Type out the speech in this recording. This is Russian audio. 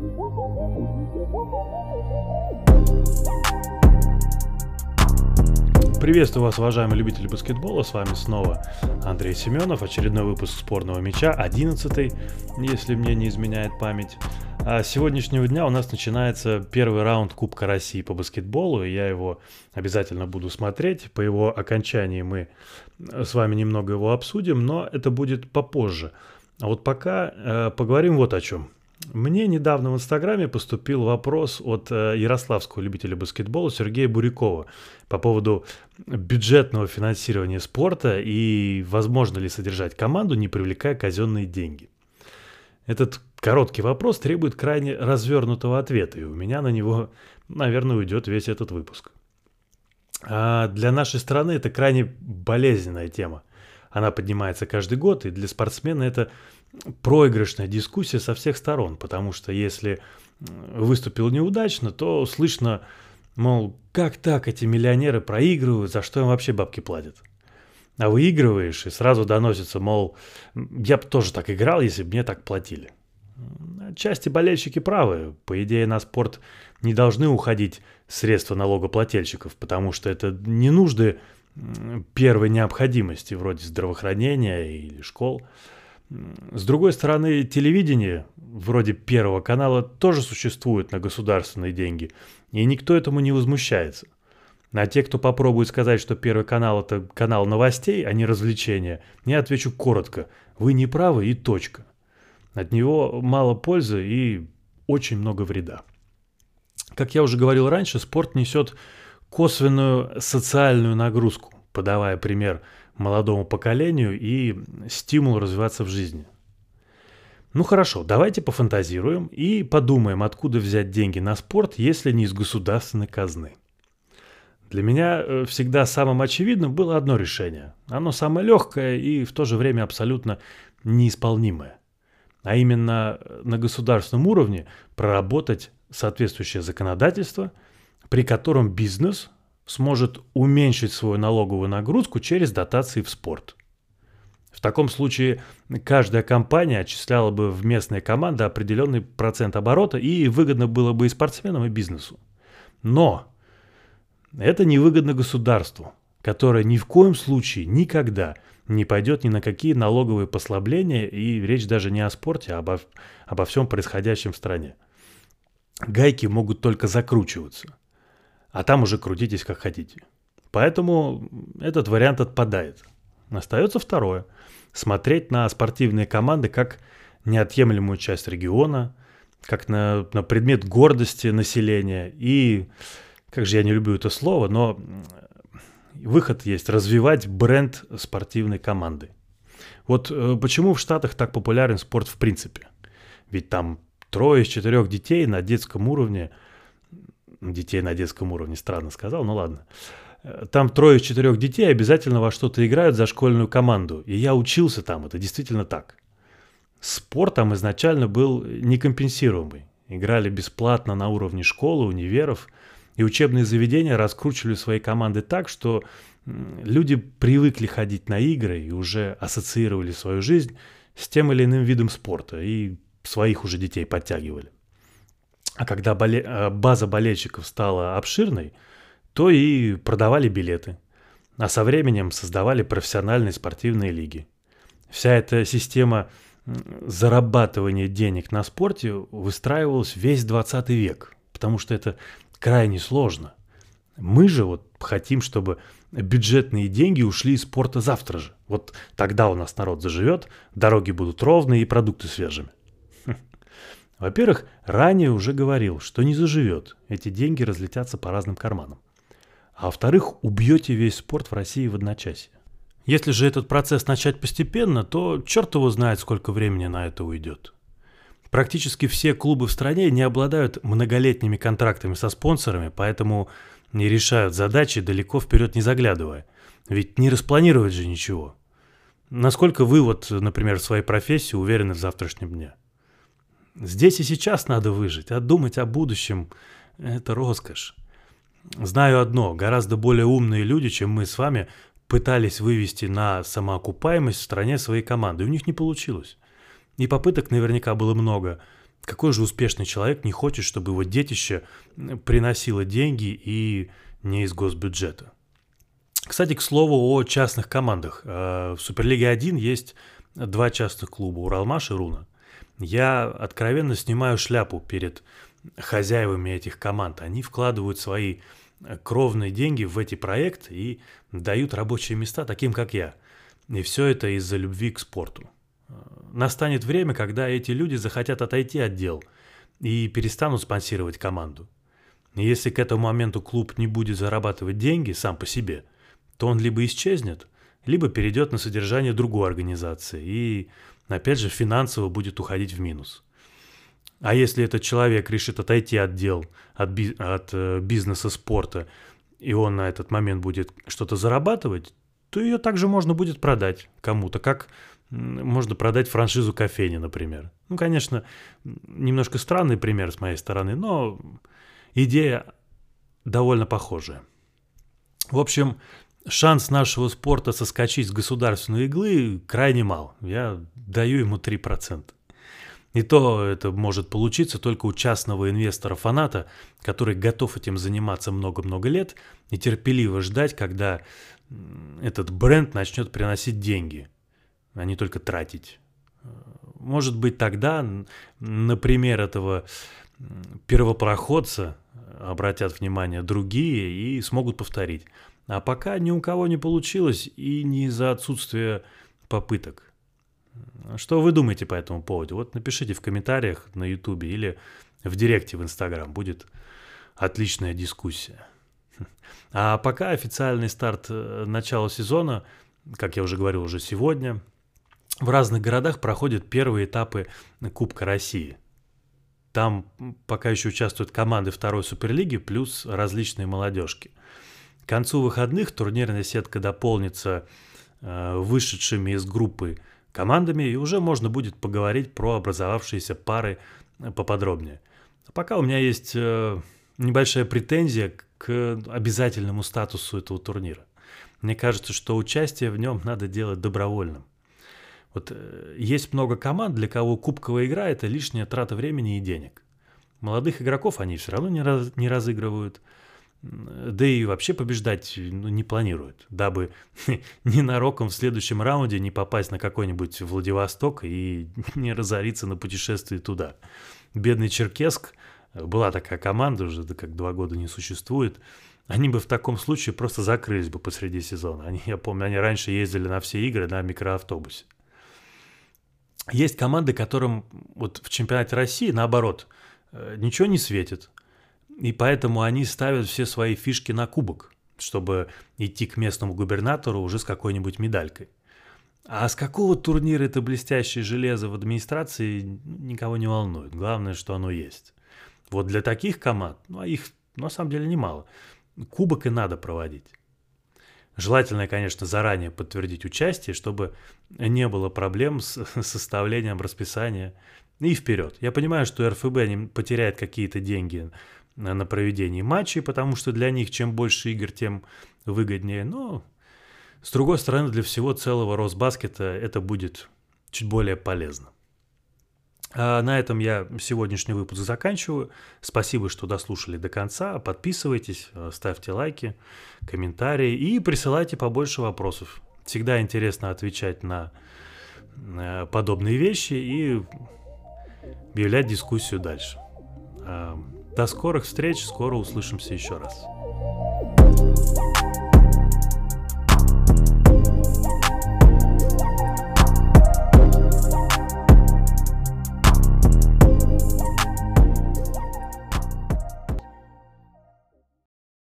Приветствую вас, уважаемые любители баскетбола, с вами снова Андрей Семенов, очередной выпуск «Спорного мяча», 11-й, если мне не изменяет память. А с сегодняшнего дня у нас начинается первый раунд Кубка России по баскетболу, и я его обязательно буду смотреть. По его окончании мы с вами немного его обсудим, но это будет попозже. А вот пока поговорим вот о чем. Мне недавно в Инстаграме поступил вопрос от ярославского любителя баскетбола Сергея Бурякова по поводу бюджетного финансирования спорта и возможно ли содержать команду, не привлекая казенные деньги. Этот короткий вопрос требует крайне развернутого ответа, и у меня на него, наверное, уйдет весь этот выпуск. А для нашей страны это крайне болезненная тема. Она поднимается каждый год, и для спортсмена это проигрышная дискуссия со всех сторон, потому что если выступил неудачно, то слышно, мол, как так эти миллионеры проигрывают, за что им вообще бабки платят? А выигрываешь, и сразу доносится, мол, я бы тоже так играл, если бы мне так платили. Отчасти болельщики правы. По идее, на спорт не должны уходить средства налогоплательщиков, потому что это не нужды первой необходимости, вроде здравоохранения или школ. С другой стороны, телевидение, вроде Первого канала, тоже существует на государственные деньги, и никто этому не возмущается. А те, кто попробует сказать, что Первый канал – это канал новостей, а не развлечения, я отвечу коротко: вы не правы и точка. От него мало пользы и очень много вреда. Как я уже говорил раньше, спорт несет косвенную социальную нагрузку, подавая пример молодому поколению и стимул развиваться в жизни. Ну хорошо, давайте пофантазируем и подумаем, откуда взять деньги на спорт, если не из государственной казны. Для меня всегда самым очевидным было одно решение. Оно самое легкое и в то же время абсолютно неисполнимое. А именно на государственном уровне проработать соответствующее законодательство, при котором бизнес сможет уменьшить свою налоговую нагрузку через дотации в спорт. В таком случае каждая компания отчисляла бы в местные команды определенный процент оборота, и выгодно было бы и спортсменам, и бизнесу. Но это невыгодно государству, которое ни в коем случае никогда не пойдет ни на какие налоговые послабления, и речь даже не о спорте, а обо всем происходящем в стране. Гайки могут только закручиваться, а там уже крутитесь как хотите. Поэтому этот вариант отпадает. Остается второе. Смотреть на спортивные команды как неотъемлемую часть региона, как на предмет гордости населения. И, как же я не люблю это слово, но выход есть — развивать бренд спортивной команды. Вот почему в Штатах так популярен спорт в принципе? Ведь там 3 из 4 детей на детском уровне. Детей на детском уровне, странно сказал, ну ладно. Там 3 из 4 детей обязательно во что-то играют за школьную команду. И я учился там, это действительно так. Спорт там изначально был некомпенсируемый. Играли бесплатно на уровне школы, универов. И учебные заведения раскручивали свои команды так, что люди привыкли ходить на игры и уже ассоциировали свою жизнь с тем или иным видом спорта. И своих уже детей подтягивали. А когда база болельщиков стала обширной, то и продавали билеты. А со временем создавали профессиональные спортивные лиги. Вся эта система зарабатывания денег на спорте выстраивалась весь 20 век, потому что это крайне сложно. Мы же вот хотим, чтобы бюджетные деньги ушли из спорта завтра же. Вот тогда у нас народ заживет, дороги будут ровные и продукты свежими. Во-первых, ранее уже говорил, что не заживет, эти деньги разлетятся по разным карманам. А во-вторых, убьете весь спорт в России в одночасье. Если же этот процесс начать постепенно, то черт его знает, сколько времени на это уйдет. Практически все клубы в стране не обладают многолетними контрактами со спонсорами, поэтому не решают задачи, далеко вперед не заглядывая. Ведь не распланировать же ничего. Насколько вы, например, в своей профессии уверены в завтрашнем дне? Здесь и сейчас надо выжить, а думать о будущем – это роскошь. Знаю одно: гораздо более умные люди, чем мы с вами, пытались вывести на самоокупаемость в стране свои команды. У них не получилось. И попыток наверняка было много. Какой же успешный человек не хочет, чтобы его детище приносило деньги и не из госбюджета? Кстати, к слову о частных командах. В Суперлиге 1 есть два частных клуба — Уралмаш и Руна. Я откровенно снимаю шляпу перед хозяевами этих команд. Они вкладывают свои кровные деньги в эти проекты и дают рабочие места таким, как я. И все это из-за любви к спорту. Настанет время, когда эти люди захотят отойти от дел и перестанут спонсировать команду. И если к этому моменту клуб не будет зарабатывать деньги сам по себе, то он либо исчезнет, либо перейдет на содержание другой организации и, опять же, финансово будет уходить в минус. А если этот человек решит отойти от дел, от бизнеса, спорта, и он на этот момент будет что-то зарабатывать, то ее также можно будет продать кому-то, как можно продать франшизу кофейни, например. Ну, конечно, немножко странный пример с моей стороны, но идея довольно похожая. В общем, шанс нашего спорта соскочить с государственной иглы крайне мал. Я даю ему 3%. И то это может получиться только у частного инвестора-фаната, который готов этим заниматься много-много лет и терпеливо ждать, когда этот бренд начнет приносить деньги, а не только тратить. Может быть, тогда, например, этого первопроходца обратят внимание другие и смогут повторить. А пока ни у кого не получилось, и не из-за отсутствия попыток. Что вы думаете по этому поводу? Вот напишите в комментариях на YouTube или в директе в Instagram. Будет отличная дискуссия. А пока официальный старт начала сезона, как я уже говорил, уже сегодня, в разных городах проходят первые этапы Кубка России. Там пока еще участвуют команды второй Суперлиги плюс различные молодежки. К концу выходных турнирная сетка дополнится вышедшими из группы командами, и уже можно будет поговорить про образовавшиеся пары поподробнее. А пока у меня есть небольшая претензия к обязательному статусу этого турнира. Мне кажется, что участие в нем надо делать добровольным. Вот есть много команд, для кого кубковая игра — это лишняя трата времени и денег. Молодых игроков они все равно не разыгрывают, да и вообще побеждать не планируют, дабы ненароком в следующем раунде не попасть на какой-нибудь Владивосток и не разориться на путешествии туда. Бедный Черкесск, была такая команда, уже как 2 года не существует, они бы в таком случае просто закрылись бы посреди сезона. Я помню, они раньше ездили на все игры на микроавтобусе. Есть команды, которым вот в чемпионате России, наоборот, ничего не светит. И поэтому они ставят все свои фишки на кубок, чтобы идти к местному губернатору уже с какой-нибудь медалькой. А с какого турнира это блестящее железо в администрации никого не волнует. Главное, что оно есть. Вот для таких команд, а их на самом деле немало, кубок и надо проводить. Желательно, конечно, заранее подтвердить участие, чтобы не было проблем с составлением расписания. И вперед. Я понимаю, что РФБ не потеряет какие-то деньги на проведении матчей, потому что для них чем больше игр, тем выгоднее. Но, с другой стороны, для всего целого Росбаскета это будет чуть более полезно. А на этом я сегодняшний выпуск заканчиваю. Спасибо, что дослушали до конца. Подписывайтесь, ставьте лайки, комментарии и присылайте побольше вопросов. Всегда интересно отвечать на подобные вещи и объявлять дискуссию дальше. До скорых встреч, скоро услышимся еще раз.